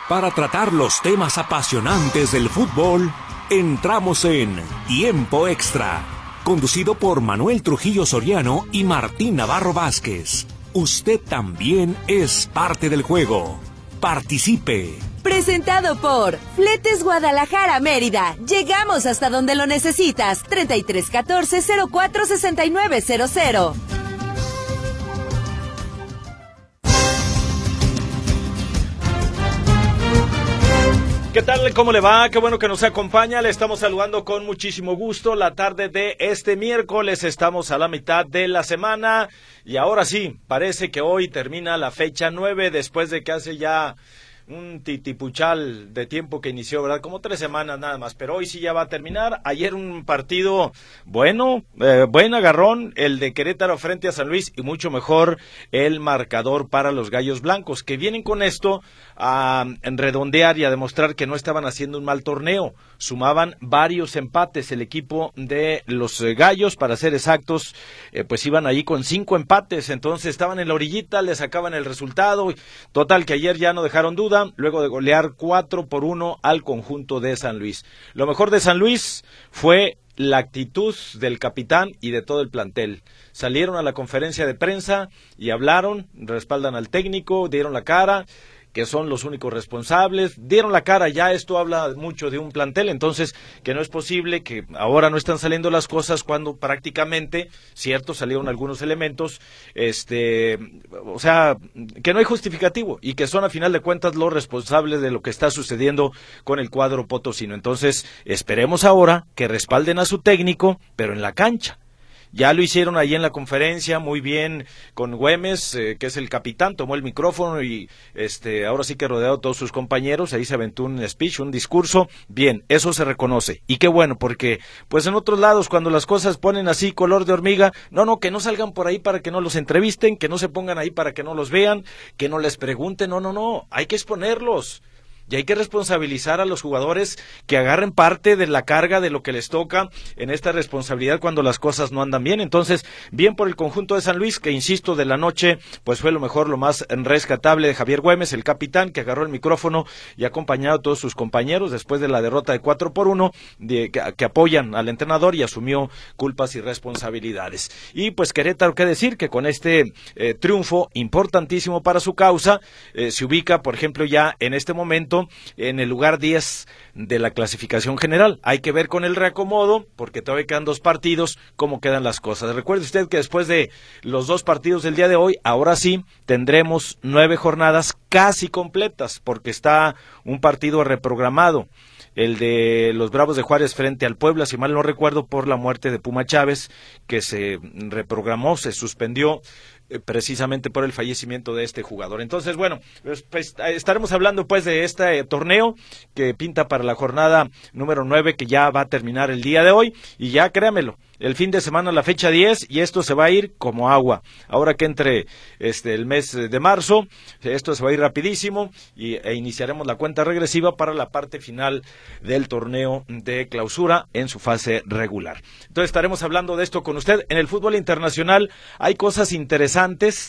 Para tratar los temas apasionantes del fútbol, entramos en Tiempo Extra, conducido por Manuel Trujillo Soriano y Martín Navarro Vázquez. Usted también es parte del juego. Participe. Presentado por Fletes Guadalajara Mérida. Llegamos hasta donde lo necesitas. 3314-046900. ¿Qué tal? ¿Cómo le va? Qué bueno que nos acompaña. Le estamos saludando con muchísimo gusto la tarde de este miércoles. Estamos a la mitad de la semana y ahora sí, parece que hoy termina la fecha 9 después de que hace ya un titipuchal de tiempo que inició, ¿verdad? Como 3 semanas nada más, pero hoy sí ya va a terminar. Ayer un partido bueno, buen agarrón, el de Querétaro frente a San Luis, y mucho mejor el marcador para los Gallos Blancos, que vienen con esto a redondear y a demostrar que no estaban haciendo un mal torneo. Sumaban varios empates el equipo de los Gallos, para ser exactos, pues iban ahí con 5 empates, entonces estaban en la orillita, le sacaban el resultado. Total que ayer ya no dejaron duda, luego de golear 4-1 al conjunto de San Luis. Lo mejor de San Luis fue la actitud del capitán y de todo el plantel. Salieron a la conferencia de prensa y hablaron, respaldan al técnico, dieron la cara, que son los únicos responsables, dieron la cara. Ya esto habla mucho de un plantel, entonces que no es posible que ahora no están saliendo las cosas cuando prácticamente, cierto, salieron algunos elementos, o sea, que no hay justificativo y que son a final de cuentas los responsables de lo que está sucediendo con el cuadro potosino. Entonces, esperemos ahora que respalden a su técnico, pero en la cancha. Ya lo hicieron ahí en la conferencia, muy bien, con Güemes, que es el capitán, tomó el micrófono y ahora sí que rodeado a todos sus compañeros, ahí se aventó un speech, un discurso. Bien, eso se reconoce, y qué bueno, porque pues en otros lados, cuando las cosas ponen así color de hormiga, que no salgan por ahí para que no los entrevisten, que no se pongan ahí para que no los vean, que no les pregunten, no, hay que exponerlos. Y hay que responsabilizar a los jugadores, que agarren parte de la carga de lo que les toca en esta responsabilidad cuando las cosas no andan bien. Entonces, bien por el conjunto de San Luis, que insisto, de la noche, pues fue lo mejor, lo más rescatable de Javier Güemes, el capitán, que agarró el micrófono y acompañado a todos sus compañeros después de la derrota de 4-1, que apoyan al entrenador, y asumió culpas y responsabilidades. Y pues Querétaro, qué decir, que con este triunfo importantísimo para su causa, se ubica, por ejemplo, ya en este momento en el lugar 10 de la clasificación general. Hay que ver con el reacomodo, porque todavía quedan 2 partidos, cómo quedan las cosas. Recuerde usted que después de los 2 partidos del día de hoy, ahora sí tendremos 9 jornadas casi completas, porque está un partido reprogramado, el de los Bravos de Juárez frente al Puebla, si mal no recuerdo, por la muerte de Puma Chávez, que se reprogramó, se suspendió precisamente por el fallecimiento de este jugador. Entonces, bueno, pues estaremos hablando pues de este torneo que pinta para la jornada número 9, que ya va a terminar el día de hoy, y ya créamelo, el fin de semana la fecha 10, y esto se va a ir como agua. Ahora que entre el mes de marzo, esto se va a ir rapidísimo, e iniciaremos la cuenta regresiva para la parte final del torneo de clausura en su fase regular. Entonces estaremos hablando de esto con usted. En el fútbol internacional hay cosas interesantes.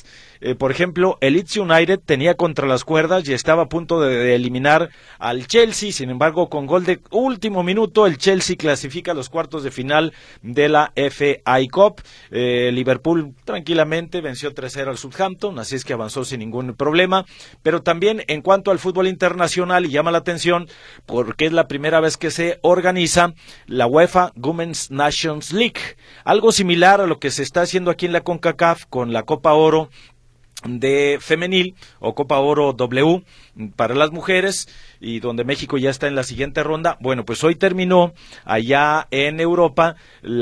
Por ejemplo, el Leeds United tenía contra las cuerdas y estaba a punto de eliminar al Chelsea. Sin embargo, con gol de último minuto, el Chelsea clasifica a los cuartos de final de la FA Cup. Liverpool tranquilamente venció 3-0 al Southampton, así es que avanzó sin ningún problema. Pero también en cuanto al fútbol internacional, y llama la atención porque es la primera vez que se organiza la UEFA Women's Nations League, algo similar a lo que se está haciendo aquí en la CONCACAF con la Copa Oro de femenil, o Copa Oro W para las mujeres, y donde México ya está en la siguiente ronda. Bueno, pues hoy terminó allá en Europa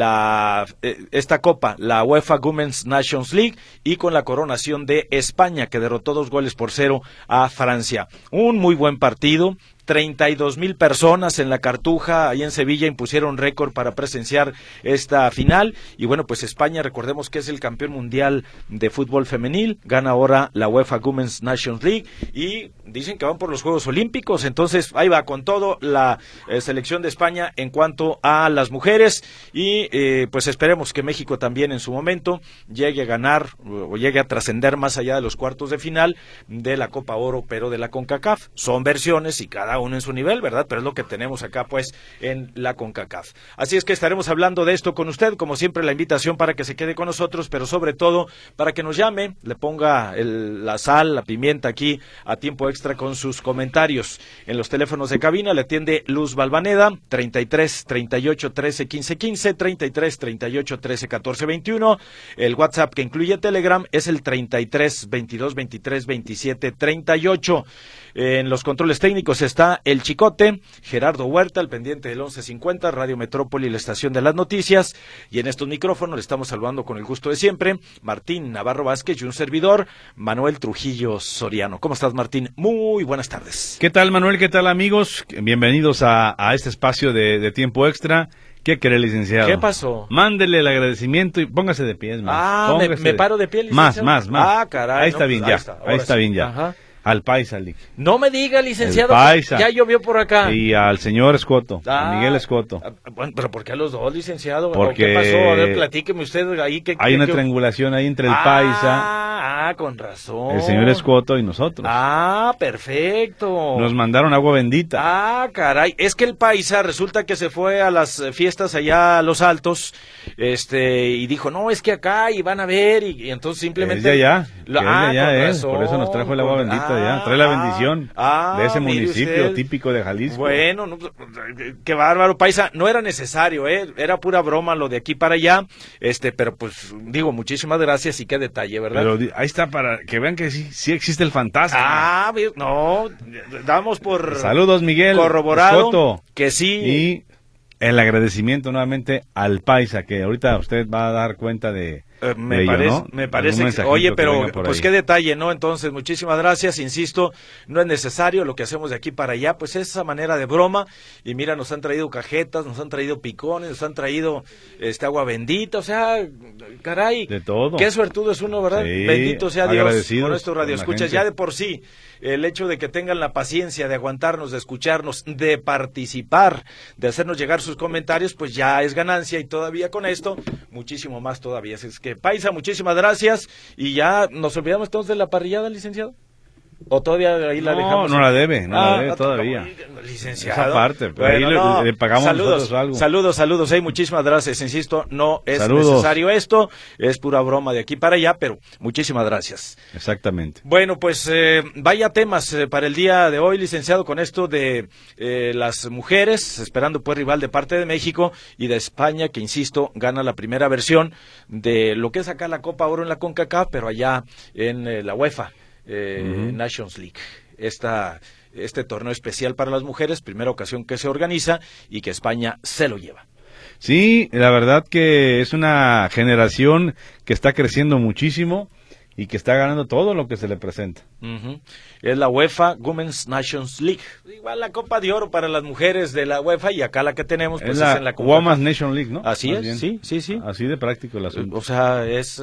esta copa, la UEFA Women's Nations League, y con la coronación de España, que derrotó 2-0 a Francia. Un muy buen partido, 32,000 personas en la Cartuja, ahí en Sevilla, impusieron récord para presenciar esta final. Y bueno, pues España, recordemos que es el campeón mundial de fútbol femenil, gana ahora la UEFA Women's Nations League y dicen que van por los Juegos Olímpicos. Entonces ahí va con todo la selección de España en cuanto a las mujeres y pues esperemos que México también en su momento llegue a ganar o llegue a trascender más allá de los cuartos de final de la Copa Oro, pero de la CONCACAF. Son versiones y cada uno en su nivel, ¿verdad? Pero es lo que tenemos acá, pues, en la CONCACAF. Así es que estaremos hablando de esto con usted, como siempre, la invitación para que se quede con nosotros, pero sobre todo para que nos llame, le ponga la sal, la pimienta aquí a tiempo extra con sus comentarios. En los teléfonos de cabina le atiende Luz Balvaneda, 33 38 13 15 15, 33 38 13 14 21. El WhatsApp que incluye Telegram es el 33 22 23 27 38. En los controles técnicos está el Chicote, Gerardo Huerta, el pendiente del 1150, Radio Metrópoli, la estación de las noticias, y en estos micrófonos le estamos saludando con el gusto de siempre, Martín Navarro Vázquez y un servidor, Manuel Trujillo Soriano. ¿Cómo estás, Martín? Muy buenas tardes. ¿Qué tal, Manuel? ¿Qué tal, amigos? Bienvenidos a este espacio de tiempo extra. ¿Qué quiere, licenciado? ¿Qué pasó? Mándele el agradecimiento y póngase de pie. Me paro de pie, licenciado. Más. Ah, caray. Ahí está bien, ya. Ahí está bien, ya. Ajá. Al Paisa, no me diga, licenciado, Paisa. Ya llovió por acá. Y al señor Escoto, a Miguel Escoto. Bueno, pero ¿por qué a los dos, licenciado? Porque ¿Qué pasó? A ver, platíqueme usted ahí. Hay una triangulación ahí entre el Paisa, con razón. el señor Escoto y nosotros. Perfecto. Nos mandaron agua bendita. Caray, es que el Paisa resulta que se fue a las fiestas allá a Los Altos, y dijo, no, es que acá y van a ver, y entonces simplemente... Es de allá, razón, por eso nos trajo el agua bendita. Trae la bendición de ese municipio típico de Jalisco. Bueno, qué bárbaro, Paisa. No era necesario, era pura broma lo de aquí para allá, pero pues digo, muchísimas gracias y qué detalle, ¿verdad? Pero ahí está para que vean que sí existe el fantasma. No, damos por saludos, Miguel, corroborado Escoto, que sí. Y el agradecimiento nuevamente al Paisa, que ahorita usted va a dar cuenta de... Me parece que, oye, pero pues qué detalle, ¿no? Entonces, muchísimas gracias, insisto, no es necesario lo que hacemos de aquí para allá, pues es esa manera de broma, y mira, nos han traído cajetas, nos han traído picones, nos han traído agua bendita, o sea, caray, de todo. Qué suertudo es uno, ¿verdad? Sí, bendito sea Dios con estos radioescuchas, ya de por sí, el hecho de que tengan la paciencia de aguantarnos, de escucharnos, de participar, de hacernos llegar sus comentarios, pues ya es ganancia, y todavía con esto, muchísimo más todavía, es que Paisa, muchísimas gracias. Y ya nos olvidamos entonces de la parrillada, licenciado. ¿O todavía ahí la dejamos? No la debe todavía. Licenciado. Esa parte, pero ahí le pagamos nosotros algo. Saludos, muchísimas gracias. Insisto, no es necesario esto, es pura broma de aquí para allá, pero muchísimas gracias. Exactamente. Bueno, pues vaya temas para el día de hoy, licenciado, con esto de las mujeres, esperando pues rival de parte de México y de España, que insisto, gana la primera versión de lo que es acá la Copa Oro en la CONCACAF, pero allá en la UEFA. Nations League, este torneo especial para las mujeres, primera ocasión que se organiza y que España se lo lleva. Sí, la verdad que es una generación que está creciendo muchísimo y que está ganando todo lo que se le presenta. Es la UEFA Women's Nations League, igual la Copa de Oro para las mujeres de la UEFA, y acá la que tenemos pues es en la Women's Nations League, ¿no? Así es, sí. Así de práctico el asunto. O sea, es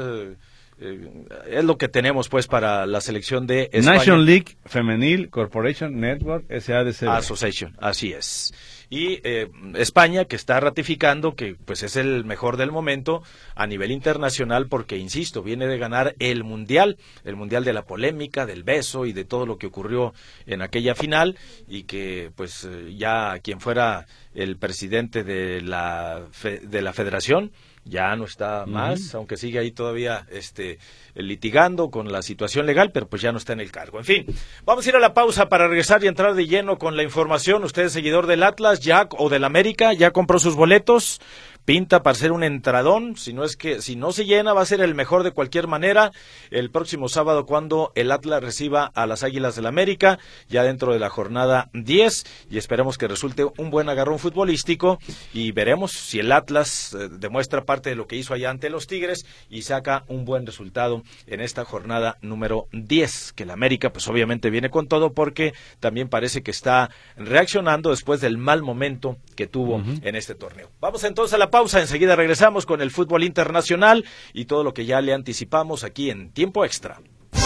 lo que tenemos pues para la selección de España. National League Femenil Corporation Network SADCB. Association, así es. Y España, que está ratificando que pues es el mejor del momento a nivel internacional, porque insisto, viene de ganar el mundial de la polémica, del beso y de todo lo que ocurrió en aquella final, y que pues ya quien fuera el presidente de la federación ya no está más, aunque sigue ahí todavía litigando con la situación legal, pero pues ya no está en el cargo. En fin, vamos a ir a la pausa para regresar y entrar de lleno con la información. Usted es seguidor del Atlas o del América, ya compró sus boletos. pinta para ser un entradón, si no se llena va a ser el mejor de cualquier manera el próximo sábado cuando el Atlas reciba a las Águilas del América, ya dentro de la jornada 10, y esperemos que resulte un buen agarrón futbolístico y veremos si el Atlas demuestra parte de lo que hizo allá ante los Tigres y saca un buen resultado en esta jornada número 10, que el América pues obviamente viene con todo porque también parece que está reaccionando después del mal momento que tuvo en este torneo. Vamos entonces a la pausa, enseguida regresamos con el fútbol internacional y todo lo que ya le anticipamos aquí en Tiempo Extra.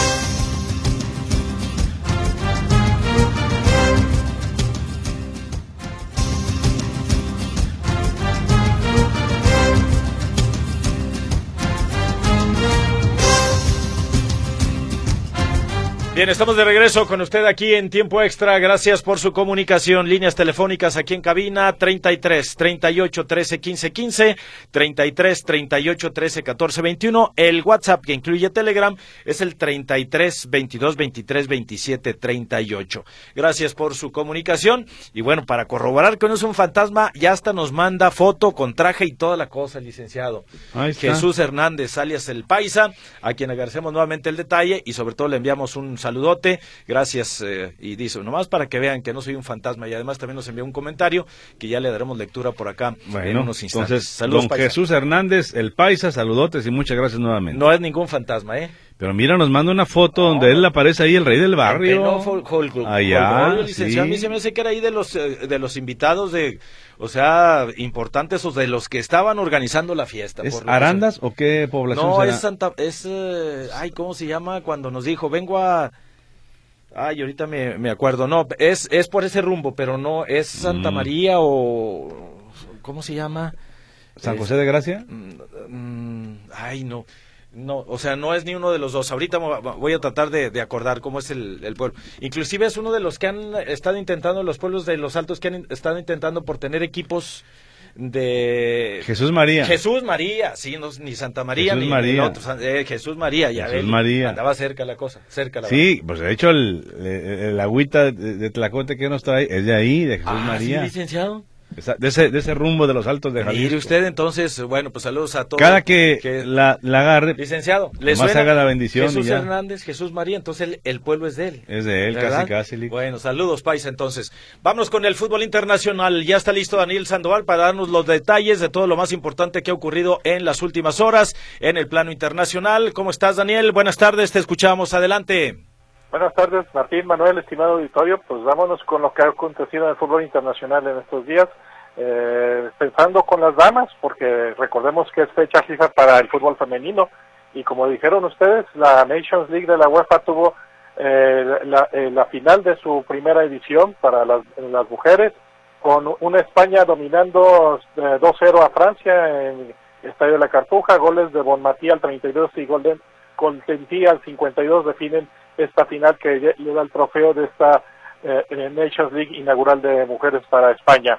Bien, estamos de regreso con usted aquí en Tiempo Extra. Gracias por su comunicación. Líneas telefónicas aquí en cabina 33 38 13 15 15, 33 38 13 14 21. El WhatsApp que incluye Telegram es el 33 22 23 27 38. Gracias por su comunicación. Y bueno, para corroborar que no es un fantasma, ya hasta nos manda foto con traje y toda la cosa, el licenciado Jesús Hernández, alias el Paisa, a quien agradecemos nuevamente el detalle y sobre todo le enviamos un saludote, gracias, y dice, nomás para que vean que no soy un fantasma, y además también nos envió un comentario que ya le daremos lectura por acá en unos instantes. Entonces, saludos, don Paisa. Jesús Hernández, el Paisa, saludotes y muchas gracias nuevamente. No es ningún fantasma, Pero mira, nos manda una foto donde él aparece ahí, el rey del barrio. Allá, licenciado, sí. A mí se me hace que era ahí de los invitados importantes, o de los que estaban organizando la fiesta. ¿Es Arandas o qué población será? ¿Cómo se llama? Cuando nos dijo, vengo a... ahorita me acuerdo, no, es por ese rumbo, pero no, es Santa María o... ¿cómo se llama? ¿San José de Gracia? No, o sea, no es ni uno de los dos. Ahorita voy a tratar de acordar cómo es el pueblo. Inclusive es uno de los que han estado intentando, los pueblos de los Altos que han estado intentando por tener equipos de... Jesús María, sí, no, ni Santa María, Jesús ni María. el otro, Jesús María, ya ves. María. Andaba cerca la cosa, Sí, pues de hecho el agüita de Tlacote que nos trae es de ahí, de Jesús María. ¿Sí, licenciado? De ese rumbo de los Altos de Jalisco. Mire usted, entonces, bueno, pues saludos a todos. Cada que la agarre, licenciado, le suena, haga la bendición. Jesús Hernández, Jesús María, entonces el pueblo es de él. Es de él, ¿verdad? casi. Bueno, saludos, Paisa, entonces. Vámonos con el fútbol internacional. Ya está listo Daniel Sandoval para darnos los detalles de todo lo más importante que ha ocurrido en las últimas horas en el plano internacional. ¿Cómo estás, Daniel? Buenas tardes, te escuchamos. Adelante. Buenas tardes, Martín, Manuel, estimado auditorio. Pues vámonos con lo que ha acontecido en el fútbol internacional en estos días. Pensando con las damas, porque recordemos que es fecha FIFA para el fútbol femenino, y como dijeron ustedes, la Nations League de la UEFA tuvo la final de su primera edición para las mujeres, con una España dominando 2-0 a Francia en el Estadio de la Cartuja, goles de Bonmatí al 32 y Contentí al 52 definen esta final que le da el trofeo de esta Nations League inaugural de mujeres para España.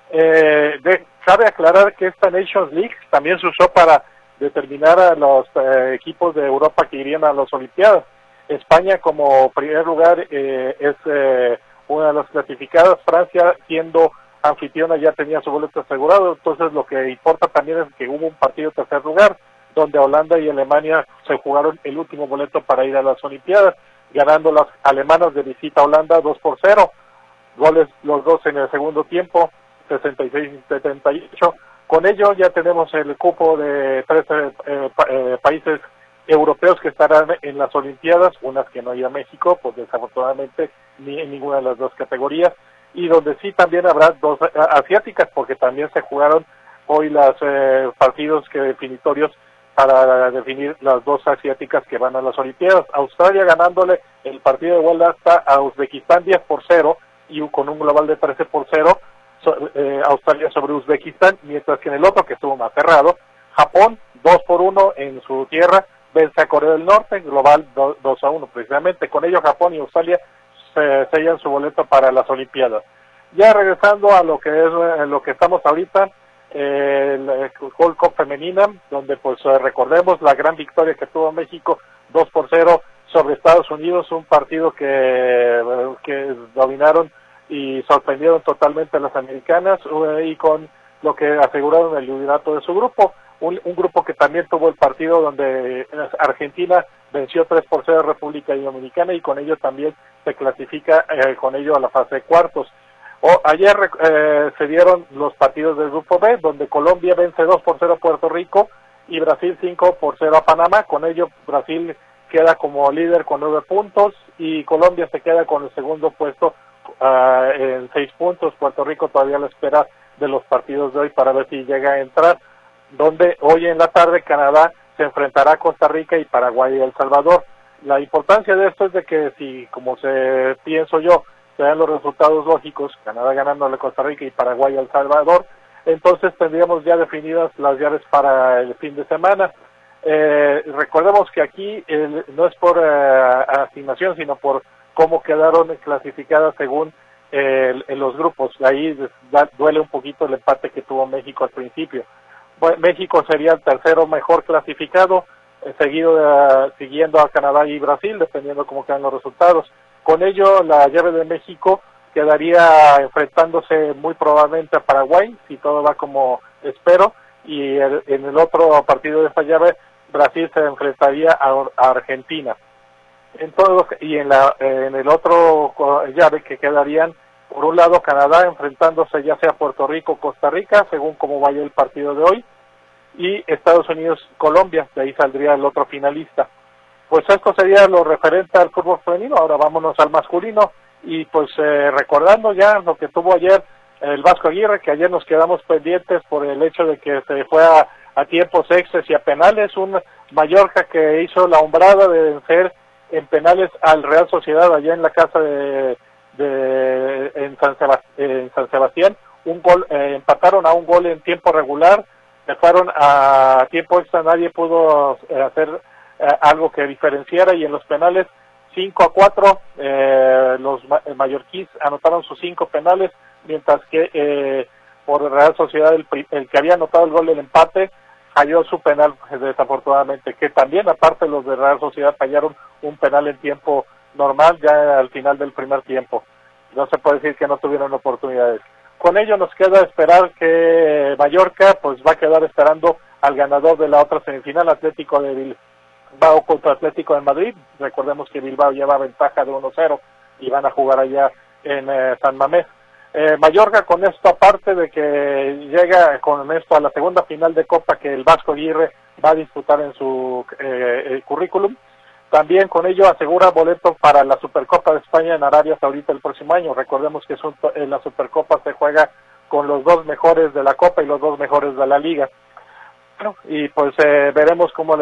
Cabe aclarar que esta Nations League también se usó para determinar a los equipos de Europa que irían a las Olimpiadas. España como primer lugar es una de las clasificadas. Francia, siendo anfitriona, ya tenía su boleto asegurado. Entonces lo que importa también es que hubo un partido de tercer lugar, donde Holanda y Alemania se jugaron el último boleto para ir a las Olimpiadas, ganando las alemanas de visita a Holanda 2-0. Goles los dos en el segundo tiempo, 66 y 78. Con ello ya tenemos el cupo de 13 países europeos que estarán en las Olimpiadas, unas que no irá a México, pues desafortunadamente ni en ninguna de las dos categorías, y donde sí también habrá dos asiáticas, porque también se jugaron hoy los partidos definitorios para definir las dos asiáticas que van a las Olimpiadas. Australia ganándole el partido de vuelta a Uzbekistán 10-0 y con un global de 13-0. Australia sobre Uzbekistán, mientras que en el otro, que estuvo más cerrado, Japón 2-1 en su tierra vence a Corea del Norte, global 2-1 precisamente. Con ello Japón y Australia sellan su boleto para las Olimpiadas. Ya regresando a lo que es lo que estamos ahorita, el World Cup femenina, donde pues recordemos la gran victoria que tuvo México 2-0 sobre Estados Unidos, un partido que dominaron y sorprendieron totalmente a las americanas, y con lo que aseguraron el liderato de su grupo. Un grupo que también tuvo el partido donde Argentina venció 3-0 a República Dominicana y con ello también se clasifica con ello a la fase de cuartos. Ayer se dieron los partidos del grupo B, donde Colombia vence 2-0 a Puerto Rico y Brasil 5-0 a Panamá. Con ello Brasil queda como líder con 9 puntos y Colombia se queda con el segundo puesto en 6 puntos. Puerto Rico todavía la espera de los partidos de hoy para ver si llega a entrar, donde hoy en la tarde Canadá se enfrentará a Costa Rica y Paraguay y El Salvador. La importancia de esto es de que si, como pienso yo, se dan los resultados lógicos, Canadá ganándole a Costa Rica y Paraguay y El Salvador, entonces tendríamos ya definidas las llaves para el fin de semana. Recordemos que aquí no es por asignación, sino por cómo quedaron clasificadas según en los grupos. Ahí duele un poquito el empate que tuvo México al principio. Bueno, México sería el tercero mejor clasificado, siguiendo a Canadá y Brasil, dependiendo cómo quedan los resultados. Con ello, la llave de México quedaría enfrentándose muy probablemente a Paraguay, si todo va como espero, y en el otro partido de esta llave, Brasil se enfrentaría a Argentina. En el otro llave que quedarían, por un lado Canadá enfrentándose ya sea Puerto Rico o Costa Rica, según cómo vaya el partido de hoy, y Estados Unidos-Colombia, de ahí saldría el otro finalista. Pues esto sería lo referente al fútbol femenino. Ahora vámonos al masculino, y pues recordando ya lo que tuvo ayer el Vasco Aguirre, que ayer nos quedamos pendientes por el hecho de que se fue a tiempos extras y a penales, un Mallorca que hizo la hombrada de vencer en penales al Real Sociedad allá en la casa en San Sebastián. Un gol, empataron a un gol en tiempo regular, se fueron a tiempo extra, nadie pudo hacer algo que diferenciara, y en los penales 5-4 los mallorquíes anotaron sus 5 penales, mientras que por Real Sociedad el que había anotado el gol del empate falló su penal, desafortunadamente, que también aparte los de Real Sociedad fallaron un penal en tiempo normal ya al final del primer tiempo. No se puede decir que no tuvieron oportunidades. Con ello nos queda esperar que Mallorca pues va a quedar esperando al ganador de la otra semifinal, Atlético de Bilbao contra Atlético de Madrid. Recordemos que Bilbao lleva ventaja de 1-0 y van a jugar allá en San Mamés. Mallorca con esto, aparte de que llega con esto a la segunda final de Copa que el Vasco Aguirre va a disputar en su currículum, también con ello asegura boleto para la Supercopa de España en Arabia Saudita el próximo año. Recordemos que en la Supercopa se juega con los 2 mejores de la Copa y los 2 mejores de la Liga. Bueno, y pues veremos cómo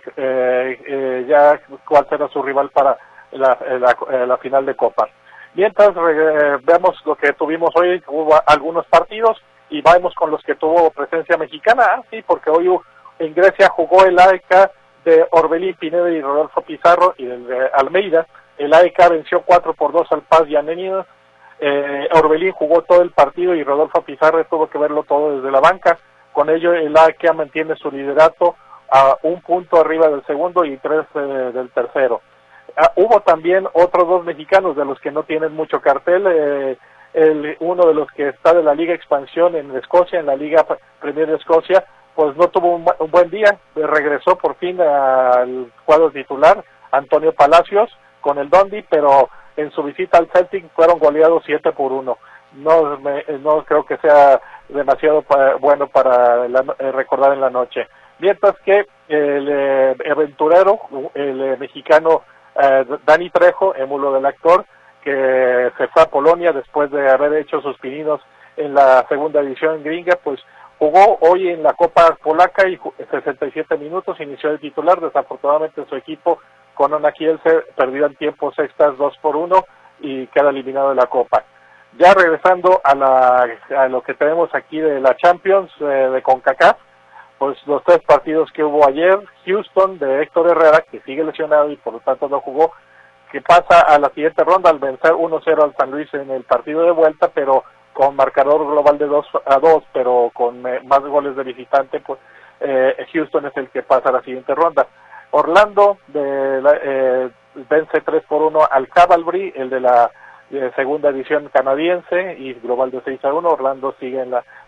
ya cuál será su rival para la final de Copa. Mientras vemos lo que tuvimos hoy, hubo algunos partidos y vamos con los que tuvo presencia mexicana. Sí, porque hoy en Grecia jugó el AEK de Orbelín Pineda y Rodolfo Pizarro y el de Almeida. El AEK venció 4-2 al Paz Yaneninas. Orbelín jugó todo el partido y Rodolfo Pizarro tuvo que verlo todo desde la banca. Con ello el AEK mantiene su liderato a 1 punto arriba del segundo y 3 del tercero. Hubo también otros 2 mexicanos de los que no tienen mucho cartel. Uno de los que está de la Liga Expansión en Escocia, en la Liga Premier de Escocia, pues no tuvo un buen día. Regresó por fin al cuadro titular, Antonio Palacios, con el Dundee, pero en su visita al Celtic fueron goleados 7-1. No creo que sea demasiado bueno para recordar en la noche. Mientras que el aventurero, el mexicano Dani Trejo, émulo del actor, que se fue a Polonia después de haber hecho sus pininos en la segunda división gringa, pues jugó hoy en la Copa Polaca y 67 minutos, inició de titular. Desafortunadamente su equipo con Ona Kielce perdió en tiempos extras 2-1 y queda eliminado de la Copa. Ya regresando a lo que tenemos aquí de la Champions de CONCACAF, pues los 3 partidos que hubo ayer. Houston de Héctor Herrera, que sigue lesionado y por lo tanto no jugó, que pasa a la siguiente ronda al vencer 1-0 al San Luis en el partido de vuelta, pero con marcador global de 2-2, pero con más goles de visitante, pues Houston es el que pasa a la siguiente ronda. Orlando vence 3-1 al Cavalry, el de la segunda edición canadiense, y global de 6-1. Orlando sigue en la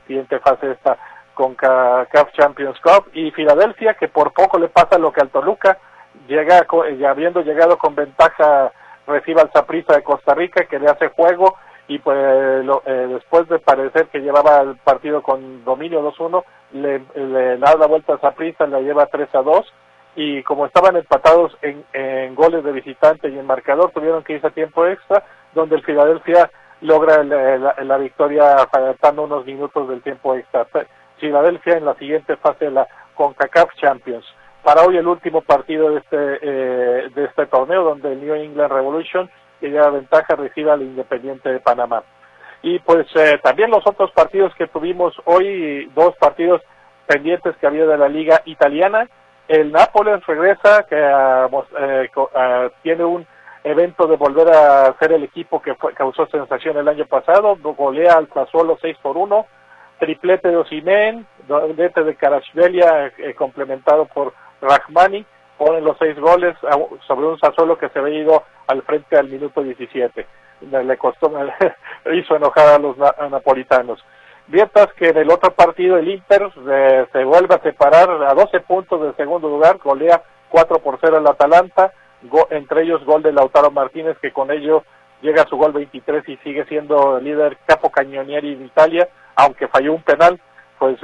siguiente fase de esta CONCACAF Champions Cup. Y Filadelfia, que por poco le pasa lo que al Toluca, llega ya habiendo llegado con ventaja, recibe al Saprissa de Costa Rica, que le hace juego, y pues después de parecer que llevaba el partido con dominio 2-1, le da la vuelta a Saprissa, la lleva 3-2, y como estaban empatados en goles de visitante y en marcador, tuvieron que irse a tiempo extra, donde el Filadelfia logra la victoria faltando unos minutos del tiempo extra. Filadelfia en la siguiente fase de la CONCACAF Champions. Para hoy el último partido de este torneo, donde el New England Revolution, que lleva ventaja, recibe al Independiente de Panamá. Y pues también los otros partidos que tuvimos hoy, 2 partidos pendientes que había de la Liga Italiana. El Nápoles regresa, que tiene un evento de volver a ser el equipo que causó sensación el año pasado, golea al Sassuolo 6-1, triplete de Osimhen, doblete de Kvaratskhelia, complementado por Rahmani, ponen los 6 goles sobre un Sassuolo que se había ido al frente al minuto 17. Le costó, hizo enojar a los napolitanos. Mientras que en el otro partido el Inter se vuelve a separar a 12 puntos del segundo lugar, golea 4-0 al Atalanta, entre ellos gol de Lautaro Martínez, que con ello llega a su gol 23 y sigue siendo líder capo cañonieri en Italia, aunque falló un penal. Pues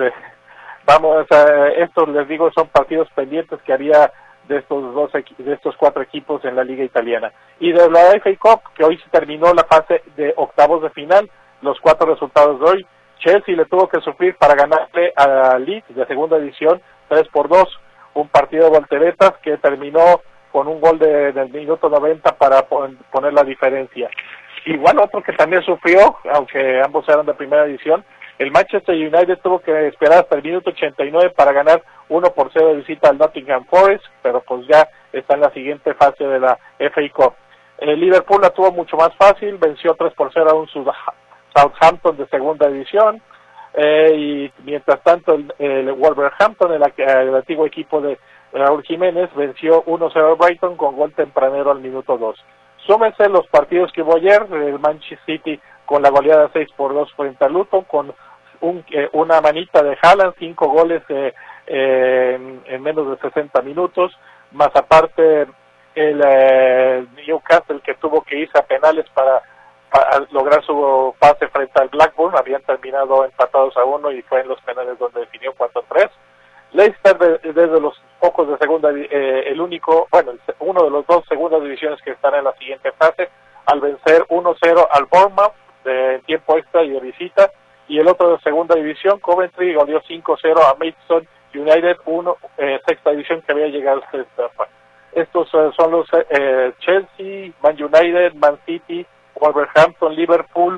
estos les digo son partidos pendientes que había de estos 4 equipos en la Liga Italiana. Y de la FA Cup, que hoy se terminó la fase de octavos de final, los 4 resultados de hoy. Chelsea le tuvo que sufrir para ganarle a Leeds de segunda división 3-2, un partido de volteretas que terminó con un gol del minuto 90 para poner la diferencia. Igual otro que también sufrió, aunque ambos eran de primera división, el Manchester United tuvo que esperar hasta el minuto 89 para ganar 1-0 de visita al Nottingham Forest, pero pues ya está en la siguiente fase de la FA Cup. El Liverpool la tuvo mucho más fácil, venció 3-0 a un Southampton de segunda división, y mientras tanto el Wolverhampton, el antiguo equipo de Raúl Jiménez, venció 1-0 a Brighton con gol tempranero al minuto 2. Súmense los partidos que hubo ayer, el Manchester City con la goleada 6-2 frente a Luton, con una manita de Haaland, 5 goles en menos de 60 minutos, más aparte el Newcastle, que tuvo que irse a penales para lograr su pase frente al Blackburn. Habían terminado empatados a 1 y fue en los penales donde definió 4-3. Leicester, desde los pocos de segunda, uno de los 2 segundas divisiones que están en la siguiente fase, al vencer 1-0 al Bournemouth de tiempo extra y de visita, y el otro de segunda división, Coventry, goleó 5-0 a Maidstone United, sexta división que había llegado a esta etapa. Estos son los Chelsea, Man United, Man City, Wolverhampton, Liverpool,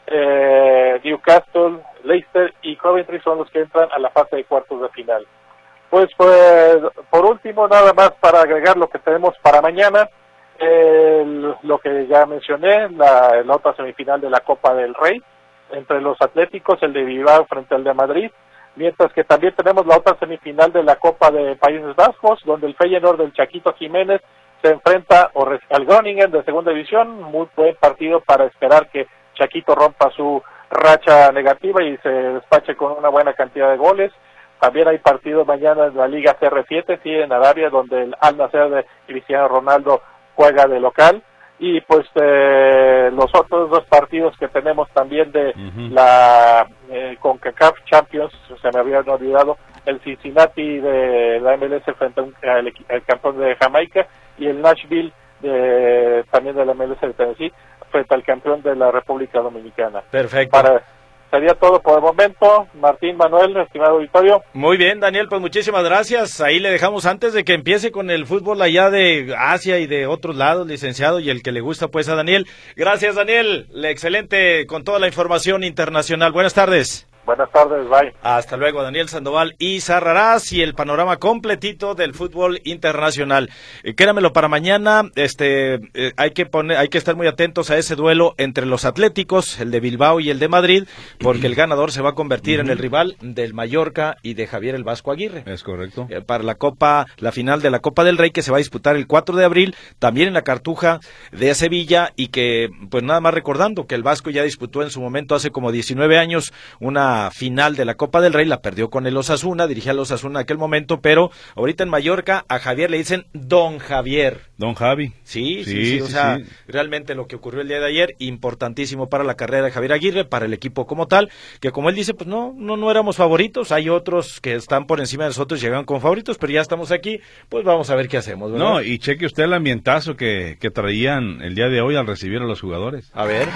Newcastle, Leicester y Coventry son los que entran a la fase de cuartos de final. Pues por último, nada más para agregar lo que tenemos para mañana, lo que ya mencioné, la otra semifinal de la Copa del Rey, entre los Atléticos, el de Bilbao frente al de Madrid, mientras que también tenemos la otra semifinal de la Copa de Países Vascos, donde el Feyenoord del Chaquito Jiménez se enfrenta al Groningen de segunda división. Muy buen partido para esperar que Chaquito rompa su racha negativa y se despache con una buena cantidad de goles. También hay partido mañana en la Liga CR7, sí, en Arabia, donde el Al Nassr de Cristiano Ronaldo juega de local. Y pues los otros 2 partidos que tenemos también de la CONCACAF Champions, se me habían olvidado, el Cincinnati de la MLS frente al campeón de Jamaica, y el Nashville también de la MLS de Tennessee frente al campeón de la República Dominicana. Perfecto. Sería todo por el momento. Martín, Manuel, estimado auditorio. Muy bien, Daniel, pues muchísimas gracias. Ahí le dejamos antes de que empiece con el fútbol allá de Asia y de otros lados, licenciado, y el que le gusta pues a Daniel. Gracias, Daniel. Excelente con toda la información internacional. Buenas tardes. Buenas tardes, bye. Hasta luego, Daniel Sandoval y Sarrarás, y el panorama completito del fútbol internacional. Quédamelo para mañana. Hay que estar muy atentos a ese duelo entre los Atléticos, el de Bilbao y el de Madrid, porque el ganador se va a convertir en el rival del Mallorca y de Javier el Vasco Aguirre. Es correcto. Para la final de la Copa del Rey, que se va a disputar el 4 de abril, también en la Cartuja de Sevilla, y que, pues nada más recordando que el Vasco ya disputó en su momento, hace como 19 años, una la final de la Copa del Rey, la perdió con el Osasuna, dirigía al Osasuna en aquel momento, pero ahorita en Mallorca a Javier le dicen Don Javier. Don Javi. Sí, o sea, realmente lo que ocurrió el día de ayer, importantísimo para la carrera de Javier Aguirre, para el equipo como tal, que como él dice, pues no éramos favoritos, hay otros que están por encima de nosotros, llegan con favoritos, pero ya estamos aquí, pues vamos a ver qué hacemos, ¿verdad? No, y cheque usted el ambientazo que traían el día de hoy al recibir a los jugadores. A ver.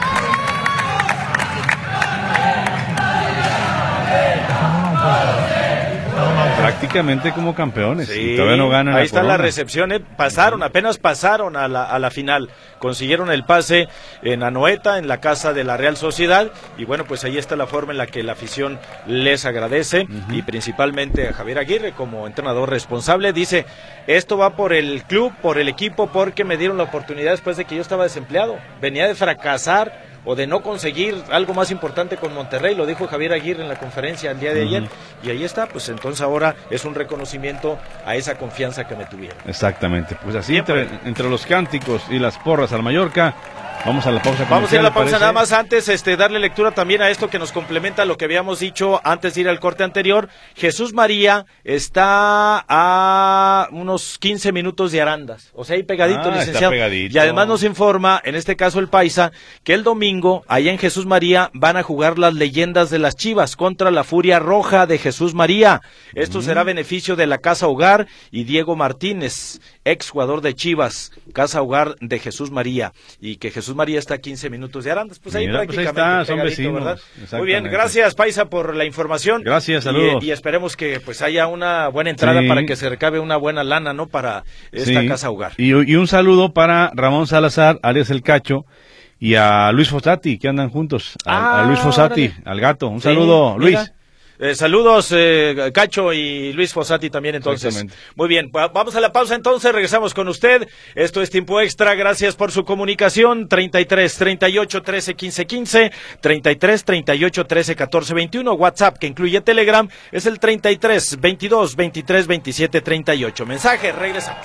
Prácticamente como campeones. Sí, todavía no ganan. ahí está la recepción, apenas pasaron a la final, consiguieron el pase en Anoeta, en la casa de la Real Sociedad, y bueno, pues ahí está la forma en la que la afición les agradece, y principalmente a Javier Aguirre como entrenador responsable. Dice, esto va por el club, por el equipo, porque me dieron la oportunidad después de que yo estaba desempleado, venía de fracasar o de no conseguir algo más importante con Monterrey, lo dijo Javier Aguirre en la conferencia el día de ayer, y ahí está, pues entonces ahora es un reconocimiento a esa confianza que me tuvieron. Exactamente, pues así entre los cánticos y las porras al Mallorca. Vamos a la pausa. Vamos a ir a la pausa, nada más antes darle lectura también a esto que nos complementa lo que habíamos dicho antes de ir al corte anterior. Jesús María está a unos 15 minutos de Arandas, o sea, ahí pegadito, licenciado. Pegadito. Y además nos informa, en este caso el Paisa, que el domingo, allá en Jesús María, van a jugar las leyendas de las Chivas contra la Furia Roja de Jesús María. Esto será beneficio de la Casa Hogar y Diego Martínez, ex jugador de Chivas, Casa Hogar de Jesús María, y que Jesús María está a 15 minutos de Arandas, pues ahí prácticamente pues ahí está, son vecinos, ¿verdad? Muy bien, gracias Paisa por la información. Gracias, saludos. Y esperemos que pues haya una buena entrada para que se recabe una buena lana, ¿no? Para esta Casa Hogar. Y un saludo para Ramón Salazar, alias El Cacho, y a Luis Fossati, que andan juntos. A Luis Fossati, al gato. Un saludo, Luis. Saludos, Cacho y Luis Fossati también, entonces. Muy bien, vamos a la pausa entonces, regresamos con usted. Esto es Tiempo Extra, gracias por su comunicación. 33 38 13 15 15, 33 38 13 14 21, WhatsApp que incluye Telegram es el 33 22 23 27 38. Mensaje, regresamos.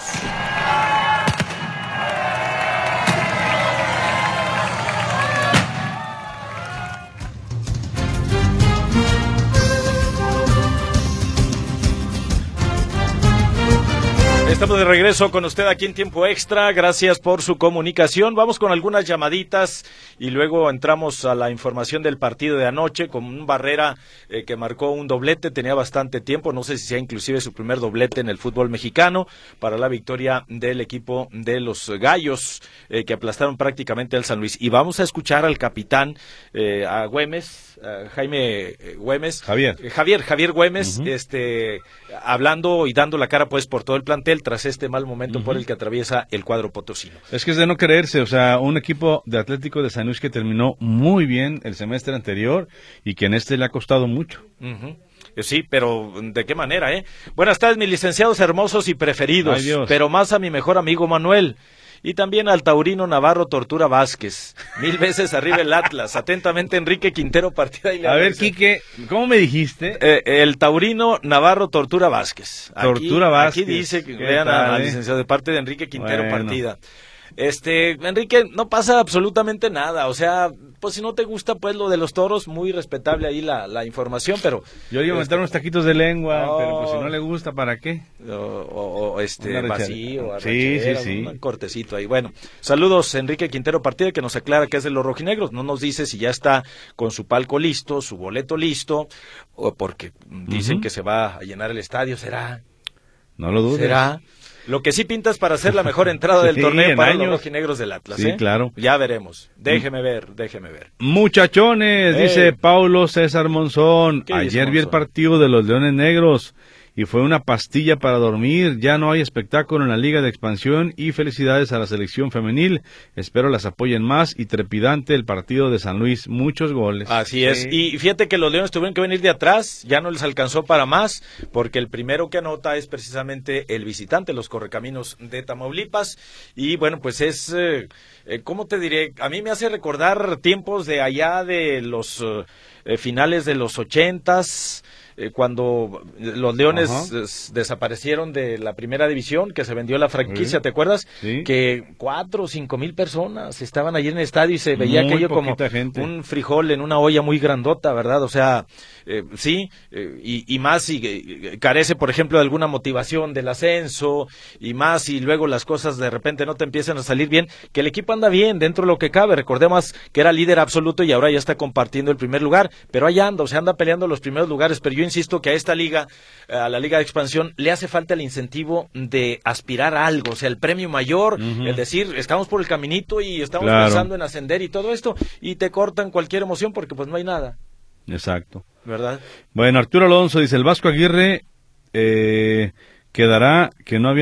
Estamos de regreso con usted aquí en Tiempo Extra, gracias por su comunicación. Vamos con algunas llamaditas y luego entramos a la información del partido de anoche con un Barrera que marcó un doblete, tenía bastante tiempo, no sé si sea inclusive su primer doblete en el fútbol mexicano, para la victoria del equipo de los Gallos que aplastaron prácticamente al San Luis. Y vamos a escuchar al capitán, a Güemes, Jaime Güemes, Javier Güemes, hablando y dando la cara pues por todo el plantel tras este mal momento por el que atraviesa el cuadro potosino. Es que es de no creerse, o sea, un equipo de Atlético de San Luis que terminó muy bien el semestre anterior y que en este le ha costado mucho. Sí, pero ¿de qué manera, Buenas tardes, mis licenciados hermosos y preferidos, pero más a mi mejor amigo Manuel. Y también al taurino Navarro Tortura Vázquez, 1000 veces arriba el Atlas. Atentamente, Enrique Quintero Partida. A ver, Quique, ¿cómo me dijiste? El taurino Navarro Tortura Vázquez. Tortura Vázquez. Aquí dice que vean al licenciado de parte de Enrique Quintero Partida. Enrique, no pasa absolutamente nada, o sea, pues si no te gusta pues lo de los toros, muy respetable ahí la información, pero... Yo le iba a meter unos taquitos de lengua, pero pues si no le gusta, ¿para qué? Vacío, sí. Un cortecito ahí. Bueno, saludos Enrique Quintero Partida, que nos aclara que es de los rojinegros, no nos dice si ya está con su palco listo, su boleto listo, o porque dicen que se va a llenar el estadio, ¿será? No lo dudes. ¿Será? Lo que sí pintas para hacer la mejor entrada del torneo para los rojinegros del Atlas, Sí, claro. Ya veremos. Déjeme ver. Muchachones, dice Paulo César Monzón. Ayer vi el partido de los Leones Negros y fue una pastilla para dormir. Ya no hay espectáculo en la Liga de Expansión y felicidades a la selección femenil. Espero las apoyen más y trepidante el partido de San Luis. Muchos goles. Así es. Y fíjate que los Leones tuvieron que venir de atrás. Ya no les alcanzó para más porque el primero que anota es precisamente el visitante, los Correcaminos de Tamaulipas. Y bueno, pues es, ¿cómo te diré? A mí me hace recordar tiempos de allá de los finales de los 80s. cuando los Leones desaparecieron de la primera división, que se vendió la franquicia, ¿te acuerdas? Sí. Que 4 o 5 mil personas estaban allí en el estadio y se veía aquello como gente. Un frijol en una olla muy grandota, ¿verdad? O sea, y más si carece, por ejemplo, de alguna motivación del ascenso y más, y luego las cosas de repente no te empiezan a salir bien, que el equipo anda bien dentro de lo que cabe. Recordemos que era líder absoluto y ahora ya está compartiendo el primer lugar, pero ahí anda, o sea, anda peleando los primeros lugares. Pero yo insisto que a esta liga, a la Liga de Expansión, le hace falta el incentivo de aspirar a algo, o sea, el premio mayor, el decir, estamos por el caminito y estamos pensando en ascender y todo esto, y te cortan cualquier emoción porque pues no hay nada. Exacto. ¿Verdad? Bueno, Arturo Alonso dice, el Vasco Aguirre declaró que no había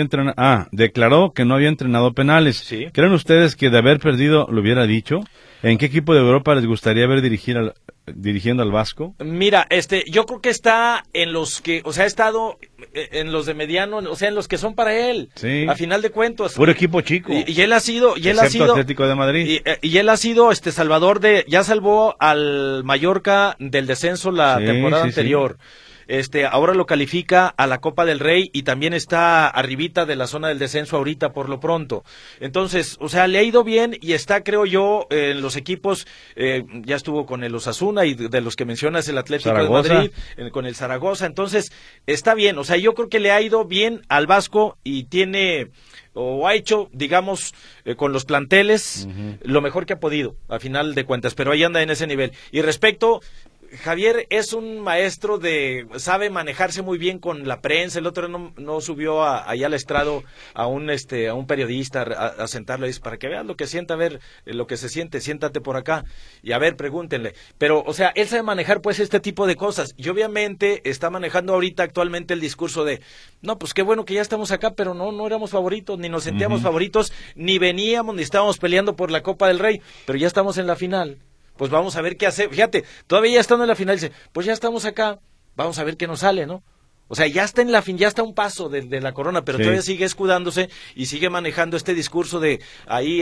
entrenado penales. ¿Sí? ¿Creen ustedes que de haber perdido lo hubiera dicho? ¿En qué equipo de Europa les gustaría ver dirigiendo al Vasco? Mira, yo creo que está en los que, o sea, ha estado en los de mediano, o sea, en los que son para él. Sí. A final de cuentas. Puro equipo chico. Y él ha sido, Atlético de Madrid. Y él ha sido salvador ya salvó al Mallorca del descenso la temporada anterior. Sí. Ahora lo califica a la Copa del Rey y también está arribita de la zona del descenso ahorita por lo pronto. Entonces, o sea, le ha ido bien y está, creo yo, en los equipos, ya estuvo con el Osasuna y de los que mencionas el Atlético de Madrid, con el Zaragoza. Entonces, está bien, o sea, yo creo que le ha ido bien al Vasco y tiene... o ha hecho, digamos, con los planteles lo mejor que ha podido, a final de cuentas, pero ahí anda en ese nivel. Y respecto, Javier es un maestro sabe manejarse muy bien con la prensa. El otro no subió allá al estrado a un periodista a sentarlo y dice, para que veas lo que sienta, a ver lo que se siente, siéntate por acá y a ver, pregúntenle. Pero, o sea, él sabe manejar pues este tipo de cosas y obviamente está manejando ahorita actualmente el discurso de, no, pues qué bueno que ya estamos acá, pero no éramos favoritos, ni nos sentíamos favoritos, ni veníamos, ni estábamos peleando por la Copa del Rey, pero ya estamos en la final. Pues vamos a ver qué hacer. Fíjate, todavía ya estando en la final, dice, pues ya estamos acá, vamos a ver qué nos sale, ¿no? O sea, ya está en la fin, ya está un paso de la corona, pero todavía sigue escudándose y sigue manejando este discurso de ahí,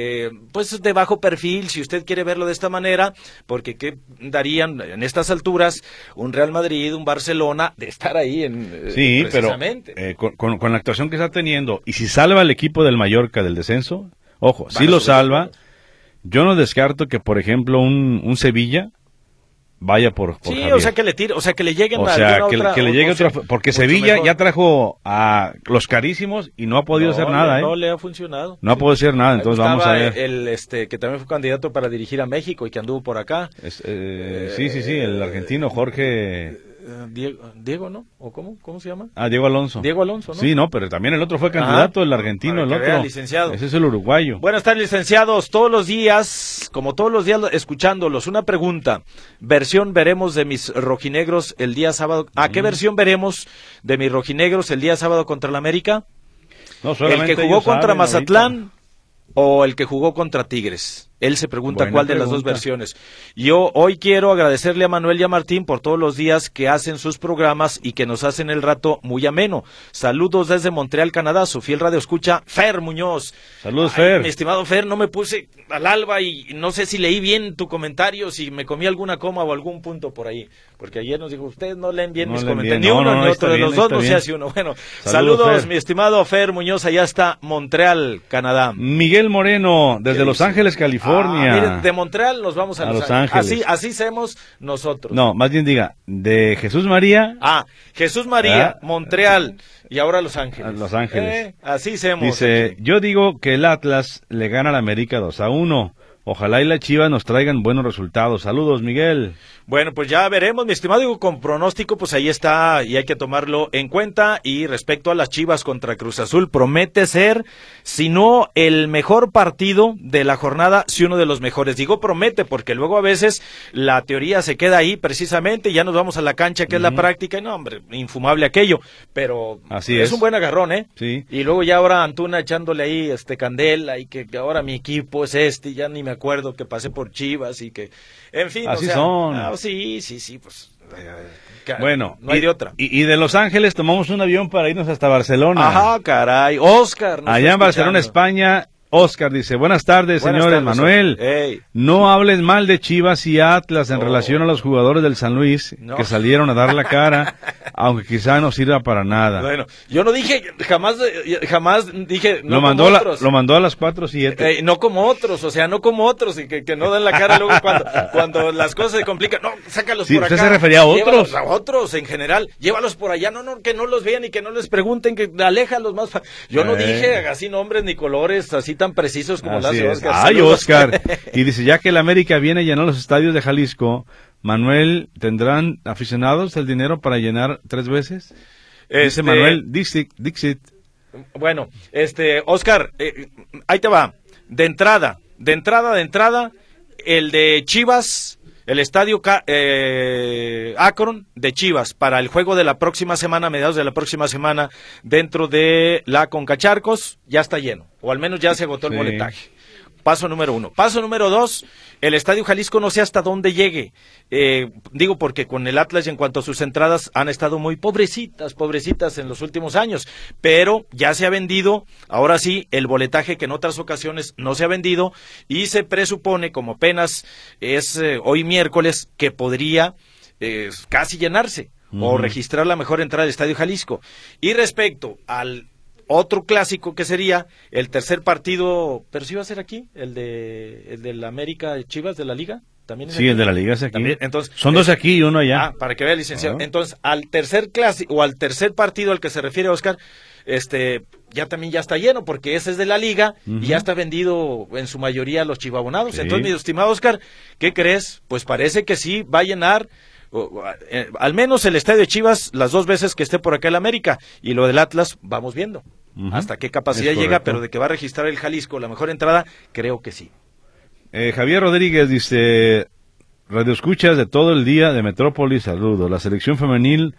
pues de bajo perfil, si usted quiere verlo de esta manera, porque ¿qué darían en estas alturas un Real Madrid, un Barcelona, de estar ahí precisamente? Pero con la actuación que está teniendo, y si salva al equipo del Mallorca del descenso, ojo, si lo salva... Yo no descarto que, por ejemplo, un Sevilla vaya por Javier. O sea, que le tire, o sea, que le lleguen que le llegue otra, porque Sevilla mejor. Ya trajo a los carísimos y no ha podido hacer nada, No le ha funcionado. No ha podido hacer nada, entonces vamos a ver. El que también fue candidato para dirigir a México y que anduvo por acá. Sí, el argentino Jorge... Diego, ¿no? ¿O cómo se llama? Diego Alonso. Diego Alonso, ¿no? Sí, no, pero también el otro fue candidato, el argentino, el otro. Licenciado. Ese es el uruguayo. Buenas tardes, licenciados. Todos los días, escuchándolos, una pregunta. ¿Versión veremos de mis rojinegros el día sábado? ¿A qué versión veremos de mis rojinegros el día sábado contra el América? No, ¿El que jugó contra Mazatlán ahorita, o el que jugó contra Tigres? Él se pregunta cuál de las dos versiones. Yo hoy quiero agradecerle a Manuel y a Martín por todos los días que hacen sus programas y que nos hacen el rato muy ameno. Saludos desde Montreal, Canadá, su fiel radio escucha, Fer Muñoz. Saludos, Fer. Mi estimado Fer, no me puse al alba y no sé si leí bien tu comentario, si me comí alguna coma o algún punto por ahí. Porque ayer nos dijo, ustedes no leen bien mis comentarios. Ni uno ni otro de los dos, no sé si uno. Bueno, saludos mi estimado Fer Muñoz, allá está Montreal, Canadá. Miguel Moreno, desde Los Ángeles, California. Miren, de Montreal nos vamos a Los Ángeles. Así hacemos nosotros. No, más bien diga, de Jesús María. Jesús María, Montreal y ahora Los Ángeles. Los Ángeles. Así hacemos. Dice, yo digo que el Atlas le gana al América 2-1. Ojalá y la Chivas nos traigan buenos resultados. Saludos, Miguel. Bueno, pues ya veremos, mi estimado, digo, con pronóstico, pues ahí está y hay que tomarlo en cuenta. Y respecto a las Chivas contra Cruz Azul, promete ser, si no el mejor partido de la jornada, si uno de los mejores. Digo promete, porque luego a veces la teoría se queda ahí precisamente, ya nos vamos a la cancha, que es la práctica, y no, hombre, infumable aquello. Pero así es un buen agarrón, ¿eh? Sí. Y luego ya ahora Antuna echándole ahí candela y que ahora mi equipo es y ya ni me acuerdo que pasé por Chivas y que, en fin, así son. Sí, pues. Bueno, no hay de otra. Y de Los Ángeles tomamos un avión para irnos hasta Barcelona. Ajá, caray, Oscar. Allá en Barcelona, España, Oscar dice, buenas tardes, señores. Manuel, no hables mal de Chivas y Atlas en relación a los jugadores del San Luis que salieron a dar la cara, aunque quizá no sirva para nada. Bueno, yo no dije, jamás dije, no lo mandó a las 4:07. No como otros, o sea, no como otros, y que no dan la cara luego cuando las cosas se complican. No, sácalos por acá. ¿Usted se refería a otros? A otros en general, llévalos por allá, no, que no los vean y que no les pregunten, que aléjalos más. Yo no dije así nombres ni colores así tan precisos como las de Oscar. Ay, Oscar. Y dice, ya que el América viene a llenar los estadios de Jalisco, Manuel, ¿tendrán aficionados el dinero para llenar 3 veces? Dice Manuel Dixit. Bueno, Oscar, ahí te va. De entrada, el de Chivas, el estadio Akron de Chivas para el juego de la próxima semana, mediados de la próxima semana, dentro de la Concacharcos, ya está lleno, o al menos ya se agotó el boletaje. Paso número 1. Paso número 2, el Estadio Jalisco no sé hasta dónde llegue. Digo porque con el Atlas y en cuanto a sus entradas han estado muy pobrecitas en los últimos años, pero ya se ha vendido, ahora sí, el boletaje que en otras ocasiones no se ha vendido y se presupone, como apenas es hoy miércoles, que podría casi llenarse o registrar la mejor entrada del Estadio Jalisco. Y respecto al otro clásico que sería el tercer partido, pero sí va a ser aquí, el de la América Chivas de la Liga, también es aquí. El de la Liga es aquí. También, entonces, son 2 aquí y 1 allá. Para que vea, licenciado. Entonces, al tercer clásico o al tercer partido al que se refiere Oscar, ya está lleno porque ese es de la Liga y ya está vendido en su mayoría a los chivabonados. Sí. Entonces, mi estimado Oscar, ¿qué crees? Pues parece que sí va a llenar al menos el estadio de Chivas las 2 veces que esté por acá el América, y lo del Atlas vamos viendo hasta qué capacidad llega, pero de que va a registrar el Jalisco la mejor entrada, creo que sí. Javier Rodríguez dice, radio escuchas de todo el día de Metrópolis, saludos. La selección femenil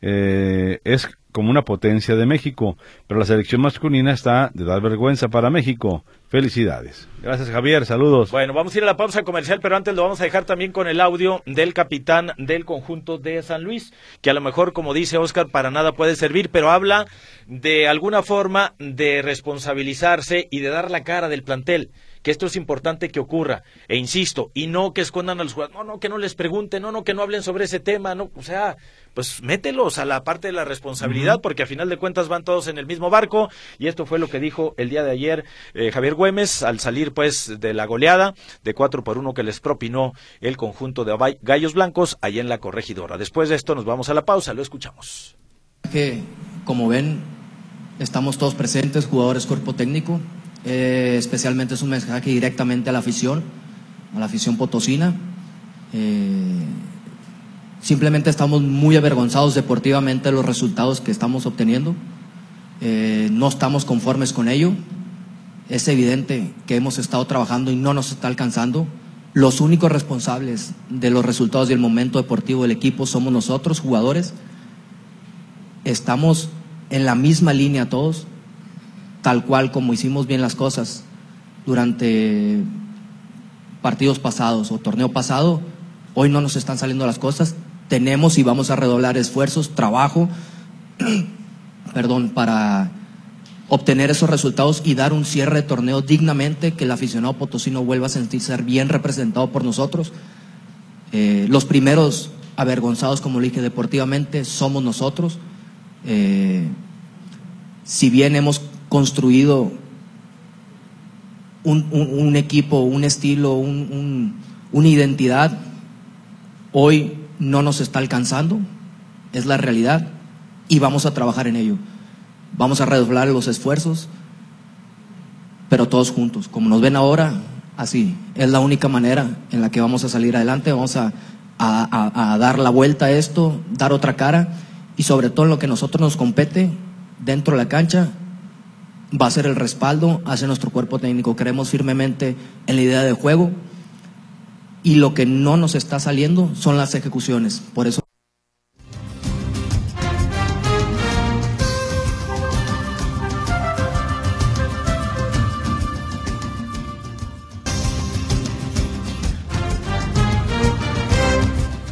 es como una potencia de México, pero la selección masculina está de dar vergüenza para México. Felicidades. Gracias, Javier, saludos. Bueno, vamos a ir a la pausa comercial, pero antes lo vamos a dejar también con el audio del capitán del conjunto de San Luis, que a lo mejor, como dice Oscar, para nada puede servir, pero habla de alguna forma de responsabilizarse y de dar la cara del plantel, que esto es importante que ocurra, e insisto, y no que escondan a los jugadores, no, que no les pregunten, no, que no hablen sobre ese tema, no, o sea, pues mételos a la parte de la responsabilidad, porque a final de cuentas van todos en el mismo barco, y esto fue lo que dijo el día de ayer Javier Güemes, al salir pues de la goleada de 4-1 que les propinó el conjunto de Gallos Blancos allá en la Corregidora. Después de esto nos vamos a la pausa, lo escuchamos. Que, como ven, estamos todos presentes, jugadores, cuerpo técnico. Especialmente es un mensaje directamente a la afición potosina. Simplemente estamos muy avergonzados deportivamente de los resultados que estamos obteniendo. No estamos conformes con ello. Es evidente que hemos estado trabajando y no nos está alcanzando. Los únicos responsables de los resultados y el momento deportivo del equipo somos nosotros, jugadores. Estamos en la misma línea todos, tal cual como hicimos bien las cosas durante partidos pasados o torneo pasado. Hoy no nos están saliendo las cosas. Tenemos y vamos a redoblar esfuerzos, trabajo, para obtener esos resultados y dar un cierre de torneo dignamente, que el aficionado potosino vuelva a sentirse bien representado por nosotros. Los primeros avergonzados, como le dije, deportivamente somos nosotros. Si bien hemos construido un equipo, un estilo, una identidad, hoy no nos está alcanzando, es la realidad, y vamos a trabajar en ello. Vamos a redoblar los esfuerzos, pero todos juntos, como nos ven ahora, así es la única manera en la que vamos a salir adelante. Vamos a dar la vuelta a esto, dar otra cara, y sobre todo en lo que a nosotros nos compete dentro de la cancha va a ser el respaldo hacia nuestro cuerpo técnico. Creemos firmemente en la idea de juego, y lo que no nos está saliendo son las ejecuciones. Por eso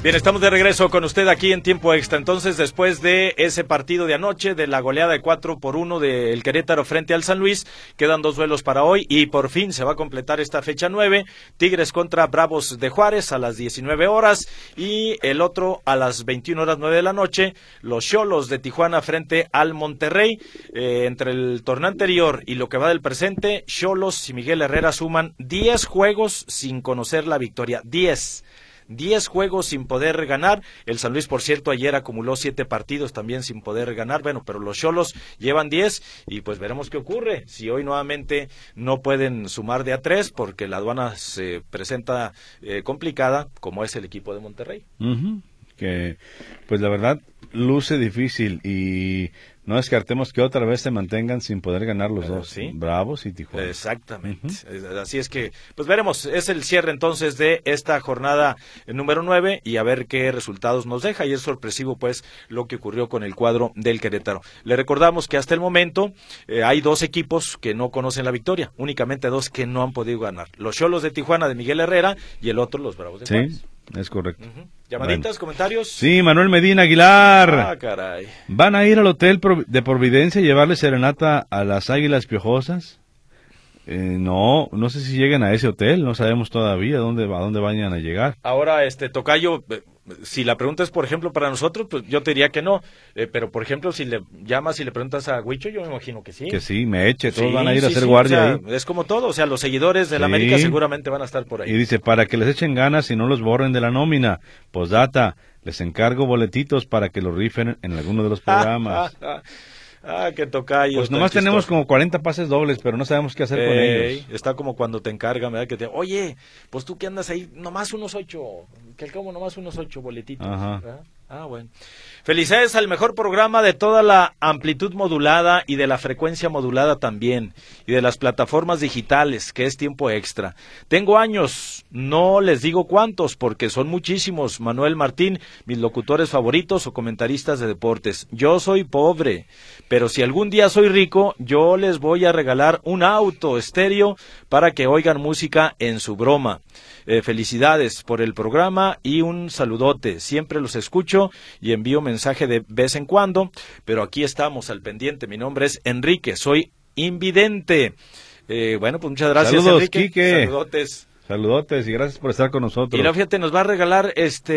Bien, estamos de regreso con usted aquí en Tiempo Extra. Entonces, después de ese partido de anoche, de la goleada de 4-1 del Querétaro frente al San Luis, quedan 2 duelos para hoy y por fin se va a completar esta fecha 9. Tigres contra Bravos de Juárez a las 19 horas y el otro a las 21 horas 9 de la noche. Los Xolos de Tijuana frente al Monterrey. Entre el torneo anterior y lo que va del presente, Xolos y Miguel Herrera suman 10 juegos sin conocer la victoria. 10 juegos sin poder ganar. El San Luis, por cierto, ayer acumuló 7 partidos también sin poder ganar. Bueno, pero los Xolos llevan 10 y pues veremos qué ocurre. Si hoy nuevamente no pueden sumar de a 3 porque la aduana se presenta complicada, como es el equipo de Monterrey. Que pues la verdad luce difícil y no descartemos que otra vez se mantengan sin poder ganar los dos, ¿sí? Bravos y Tijuana. Exactamente. Así es que, pues veremos, es el cierre entonces de esta jornada número 9 y a ver qué resultados nos deja. Y es sorpresivo pues lo que ocurrió con el cuadro del Querétaro. Le recordamos que hasta el momento hay 2 equipos que no conocen la victoria, únicamente 2 que no han podido ganar. Los Xolos de Tijuana de Miguel Herrera y el otro los Bravos de Juárez. Sí. Es correcto. ¿Llamaditas, comentarios? Sí, Manuel Medina Aguilar. Ah, caray. ¿Van a ir al hotel de Providencia y llevarle serenata a las Águilas Piojosas? No sé si lleguen a ese hotel, no sabemos todavía a dónde vayan a llegar. Ahora, tocayo, si la pregunta es, por ejemplo, para nosotros, pues yo te diría que no, pero por ejemplo, si le llamas y le preguntas a Huicho, yo me imagino que sí. Que sí, todos van a ir a hacer guardia ahí. Es como todo, o sea, los seguidores de la América seguramente van a estar por ahí. Y dice, para que les echen ganas y no los borren de la nómina, postdata, les encargo boletitos para que los rifen en alguno de los programas. Qué tocayo. Pues nomás tenemos como 40 pases dobles, pero no sabemos qué hacer con ellos. Está como cuando te encargan, ¿verdad? Oye, pues tú que andas ahí, nomás unos 8, que al cabo nomás unos 8 boletitos. ¿Verdad? Bueno. Felicidades al mejor programa de toda la amplitud modulada y de la frecuencia modulada también, y de las plataformas digitales, que es Tiempo Extra. Tengo años, no les digo cuántos, porque son muchísimos. Manuel Martín, mis locutores favoritos o comentaristas de deportes. Yo soy pobre, pero si algún día soy rico, yo les voy a regalar un auto estéreo para que oigan música en su broma. Felicidades por el programa y un saludote. Siempre los escucho y envío mensaje de vez en cuando, pero aquí estamos al pendiente. Mi nombre es Enrique, soy invidente. Bueno, pues muchas gracias. Saludos, Enrique. Quique. Saludotes y gracias por estar con nosotros. Y fíjate, nos va a regalar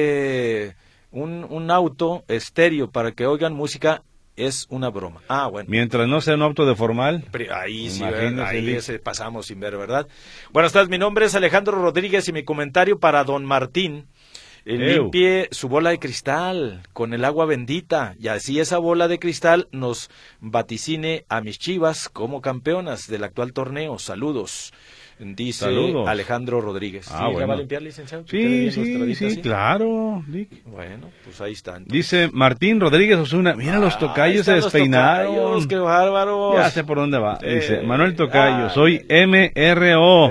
un auto estéreo para que oigan música. Es una broma. Bueno. Mientras no sea un auto de formal. Ahí sí, ahí pasamos sin ver, ¿verdad? Buenas tardes, mi nombre es Alejandro Rodríguez y mi comentario para don Martín. Limpie su bola de cristal con el agua bendita y así esa bola de cristal nos vaticine a mis Chivas como campeonas del actual torneo. Saludos. Dice Alejandro Rodríguez. Bueno. ¿Ya va a limpiar, licenciado? Sí, claro. Bueno, pues ahí están. Dice Martín Rodríguez Osuna, mira los tocayos se despeinaron. Tocayos, ¡qué bárbaros! Ya sé por dónde va. Dice Manuel Tocayo, soy MRO.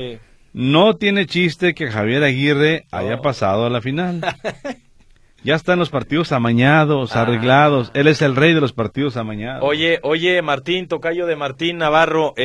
No tiene chiste que Javier Aguirre haya pasado a la final. Ya están los partidos amañados, arreglados. Él es el rey de los partidos amañados. Oye, Martín, tocayo de Martín Navarro,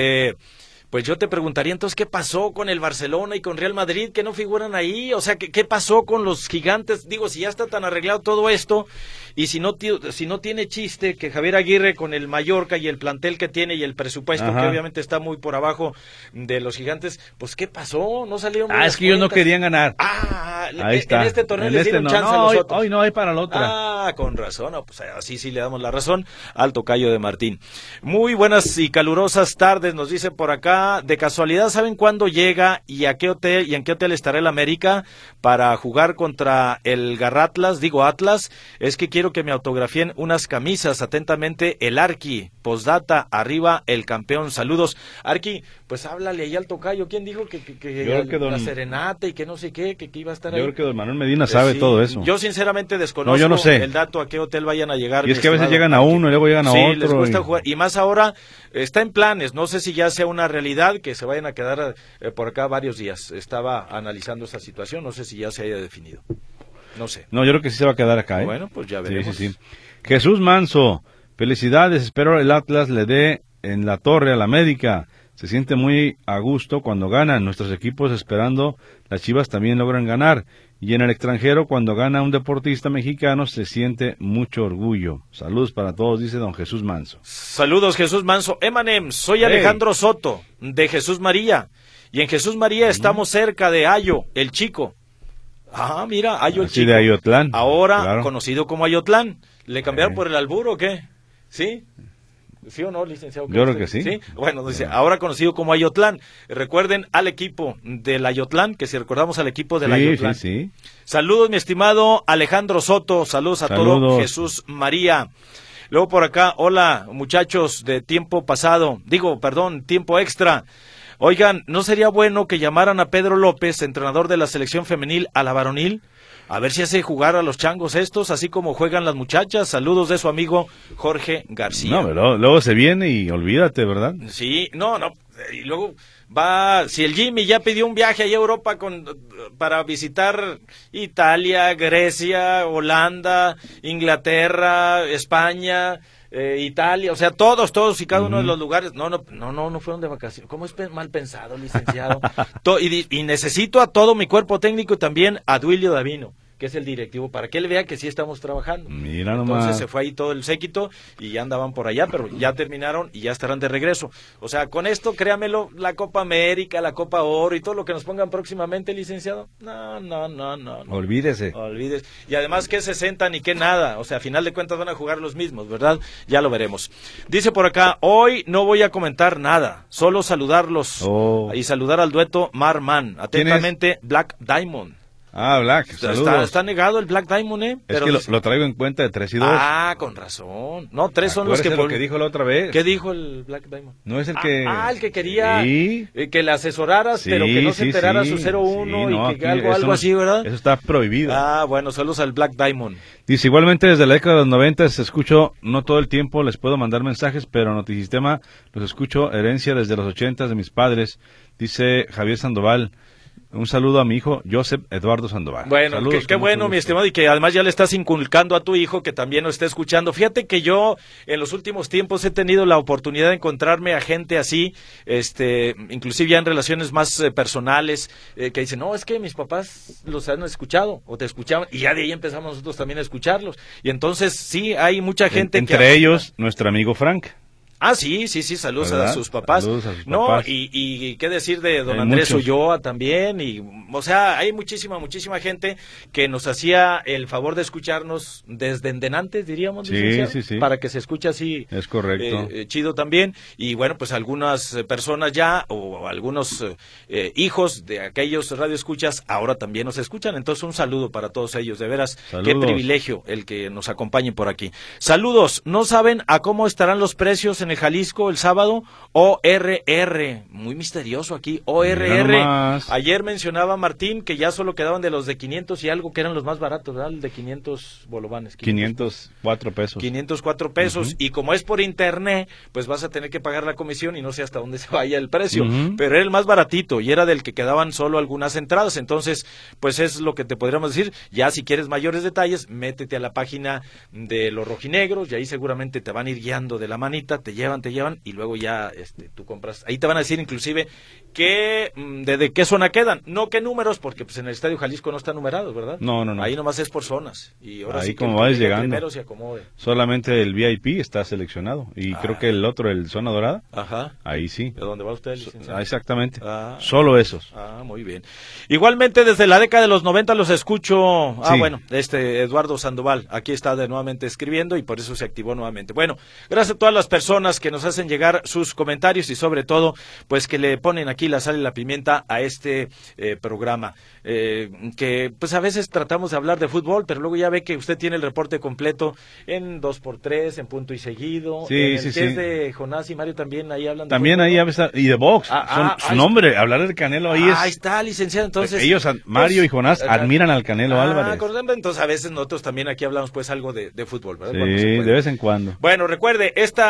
pues yo te preguntaría entonces qué pasó con el Barcelona y con Real Madrid, que no figuran ahí, o sea, ¿qué pasó con los gigantes? Digo, si ya está tan arreglado todo esto, y si no tiene chiste que Javier Aguirre con el Mallorca y el plantel que tiene y el presupuesto que obviamente está muy por abajo de los gigantes, pues ¿qué pasó? No salieron bien es que ellos no querían ganar. Ahí está. En este torneo les dieron chance a los otros. Hoy no hay para la otra. Con razón, pues así sí le damos la razón al tocayo de Martín. Muy buenas y calurosas tardes, nos dice por acá. De casualidad, ¿saben cuándo llega y a qué hotel y en qué hotel estará el América para jugar contra el Garratlas? Digo Atlas, es que quiero que me autografíen unas camisas. Atentamente, el Arqui. Postdata, arriba el campeón. Saludos. Arqui, pues háblale ahí al tocayo. ¿Quién dijo que la serenata y que no sé qué, que iba a estar ahí? Yo creo que don Manuel Medina sabe todo eso. Yo sinceramente desconozco el dato a qué hotel vayan a llegar. Y es que a veces llegan a uno y luego llegan a otro. Sí, les gusta jugar. Y más ahora está en planes. No sé si ya sea una realidad que se vayan a quedar por acá varios días. Estaba analizando esa situación. No sé si ya se haya definido. No sé. No, yo creo que sí se va a quedar acá. Bueno, pues ya veremos. Sí. Jesús Manso, felicidades. Espero el Atlas le dé en la torre a la América. Se siente muy a gusto cuando ganan. Nuestros equipos esperando, las Chivas también logran ganar. Y en el extranjero, cuando gana un deportista mexicano, se siente mucho orgullo. Saludos para todos, dice don Jesús Manso. Saludos, Jesús Manso. Emanem, soy Alejandro Soto, de Jesús María. Y en Jesús María estamos cerca de Ayo, el Chico. Ah, mira, Ayo el Chico. de Ayotlán. Ahora claro. Conocido como Ayotlán. ¿Le cambiaron por el albur o qué? ¿Sí? ¿Sí o no, licenciado? Yo creo que sí. ¿Sí? Bueno, dice, ahora conocido como Ayotlán. Recuerden al equipo del Ayotlán, que si recordamos al equipo del Ayotlán. Sí. Saludos, mi estimado Alejandro Soto. Saludos a todo Jesús María. Luego por acá, hola, muchachos de tiempo extra. Oigan, ¿no sería bueno que llamaran a Pedro López, entrenador de la selección femenil, a la varonil? A ver si hace jugar a los changos estos, así como juegan las muchachas. Saludos de su amigo Jorge García. No, pero luego se viene y olvídate, ¿verdad? Sí, no, y luego si el Jimmy ya pidió un viaje allá a Europa para visitar Italia, Grecia, Holanda, Inglaterra, España, Italia, o sea, todos y cada uno de los lugares, no fueron de vacaciones. ¿Cómo es mal pensado, licenciado? Y necesito a todo mi cuerpo técnico y también a Duilio Davino, que es el directivo, para que él vea que sí estamos trabajando. Mira Entonces nomás. se fue ahí todo el séquito y ya andaban por allá, pero ya terminaron y ya estarán de regreso. O sea, con esto, créamelo, la Copa América, la Copa Oro y todo lo que nos pongan próximamente, licenciado, no. Olvídese. Y además, ¿qué 60 ni qué nada? O sea, a final de cuentas van a jugar los mismos, ¿verdad? Ya lo veremos. Dice por acá, hoy no voy a comentar nada, solo saludarlos y saludar al dueto Marman. Atentamente, Black Diamond. Ah, Black, saludos. Está negado el Black Diamond, ¿eh? Pero es que lo traigo en cuenta de 3 y 2. Ah, con razón. No, 3 son los que... lo que dijo la otra vez. ¿Qué dijo el Black Diamond? No es el que... el que quería que le asesoraras, pero que no se enterara su 01 y que algo así, ¿verdad? Eso está prohibido. Ah, bueno, saludos al Black Diamond. Dice, igualmente desde la década de los 90 escucho, no todo el tiempo les puedo mandar mensajes, pero Notisistema los escucho, herencia desde los 80 de mis padres, dice Javier Sandoval. Un saludo a mi hijo, Joseph Eduardo Sandoval. Bueno, qué bueno, mi estimado, y que además ya le estás inculcando a tu hijo que también nos esté escuchando. Fíjate que yo en los últimos tiempos he tenido la oportunidad de encontrarme a gente así, inclusive ya en relaciones más personales, que dicen, no, es que mis papás los han escuchado, o te escuchaban, y ya de ahí empezamos nosotros también a escucharlos. Y entonces, sí, hay mucha gente entre ellos, nuestro amigo Frank. Ah, sí, saludos a sus papás. Saludos a sus papás. No, y qué decir de don Andrés Ulloa también, o sea, hay muchísima gente que nos hacía el favor de escucharnos desde antes, diríamos, sí. Para que se escuche así. Es correcto. Chido también, y bueno, pues algunas personas ya, o algunos hijos de aquellos radioescuchas, ahora también nos escuchan, entonces un saludo para todos ellos, de veras, saludos. Qué privilegio el que nos acompañen por aquí. Saludos, ¿no saben a cómo estarán los precios en el Jalisco el sábado? ORR, muy misterioso aquí, ORR. Ayer mencionaba Martín que ya solo quedaban de los de 500 y algo, que eran los más baratos, ¿verdad? El de 500 bolovanes. 504 pesos. 504 pesos, y como es por internet, pues vas a tener que pagar la comisión y no sé hasta dónde se vaya el precio, pero era el más baratito y era del que quedaban solo algunas entradas, entonces, pues es lo que te podríamos decir. Ya si quieres mayores detalles, métete a la página de los rojinegros y ahí seguramente te van a ir guiando de la manita, te llevan y luego ya tú compras. Ahí te van a decir inclusive de qué zona quedan, no qué números, porque pues en el Estadio Jalisco no está numerado, ¿verdad? No. Ahí nomás es por zonas. Y ahora ahí sí que como vayas llegando, primero se acomode. Solamente el VIP está seleccionado y creo que el otro, el Zona Dorada, ahí sí. ¿De dónde va usted, licenciado? Exactamente. Solo esos. Muy bien. Igualmente desde la década de los 90 los escucho. Bueno, Eduardo Sandoval aquí está nuevamente escribiendo y por eso se activó nuevamente. Bueno, gracias a todas las personas que nos hacen llegar sus comentarios y sobre todo, pues que le ponen aquí la sal y la pimienta a este programa. Que pues a veces tratamos de hablar de fútbol, pero luego ya ve que usted tiene el reporte completo en 2x3, en punto y seguido. En el que es de Jonás y Mario también, ahí hablan de también fútbol, ahí ¿no? Y de box. Su nombre, hablar del Canelo ahí es... Ahí está, licenciado, entonces... Ellos, Mario y Jonás, admiran al Canelo Álvarez. Entonces a veces nosotros también aquí hablamos pues algo de fútbol, ¿verdad? Sí, de vez en cuando. Bueno, recuerde, esta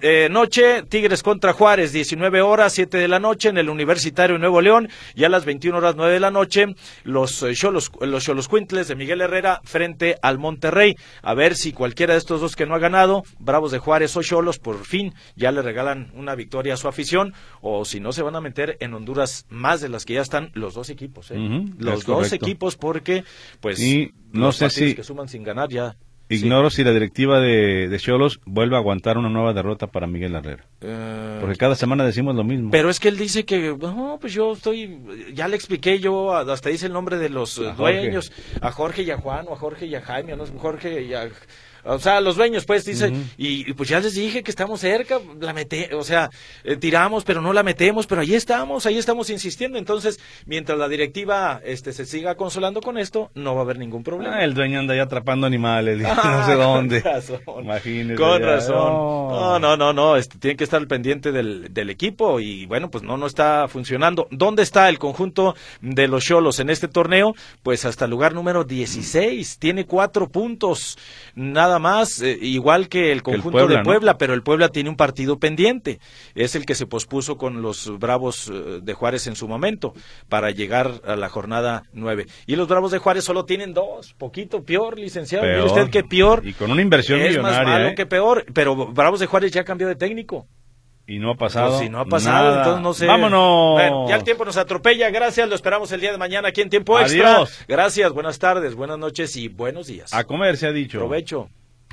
noche, Tigres contra Juárez, 19 horas, 7 de la noche, en el Universitario Nuevo León, y a las 21 horas, 9 de la noche, los Xoloscuintles de Miguel Herrera frente al Monterrey. A ver si cualquiera de estos dos que no ha ganado, Bravos de Juárez o Xolos, por fin ya le regalan una victoria a su afición, o si no se van a meter en Honduras más de las que ya están los dos equipos, los dos equipos, porque pues y no los sé partidos si que suman sin ganar ya. ignoro si la directiva de Xolos vuelve a aguantar una nueva derrota para Miguel Herrera, porque cada semana decimos lo mismo. Pero es que él dice que no, pues yo ya le expliqué, yo hasta dice el nombre de los dueños, a Jorge y a Juan, o a Jorge y a Jaime, no, Jorge y a... O sea, los dueños, pues, dice, y pues ya les dije que estamos cerca, tiramos, pero no la metemos, pero ahí estamos insistiendo. Entonces, mientras la directiva se siga consolando con esto, no va a haber ningún problema. El dueño anda ya atrapando animales, no sé dónde. Con razón. Imagínese. Con razón. No, tiene que estar al pendiente del equipo, y bueno, pues no está funcionando. ¿Dónde está el conjunto de los Xolos en este torneo? Pues hasta el lugar número 16, tiene 4 puntos, nada más, igual que el conjunto de Puebla, ¿no? Pero el Puebla tiene un partido pendiente, es el que se pospuso con los Bravos de Juárez en su momento, para llegar a la jornada 9, y los Bravos de Juárez solo tienen 2, poquito peor, licenciado, mire usted que peor, y con una inversión es millonaria, más malo que peor, pero Bravos de Juárez ya cambió de técnico. Y no ha pasado. Pues si no ha pasado, nada. Entonces no sé. ¡Vámonos! Bueno, ya el tiempo nos atropella. Gracias, lo esperamos el día de mañana aquí en Tiempo Extra. Adiós. Gracias, buenas tardes, buenas noches y buenos días. A comer se ha dicho. Provecho.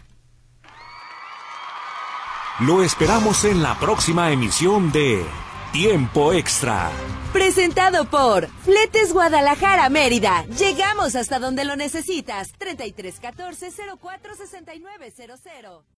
Lo esperamos en la próxima emisión de Tiempo Extra. Presentado por Fletes Guadalajara Mérida. Llegamos hasta donde lo necesitas. 3314-046900.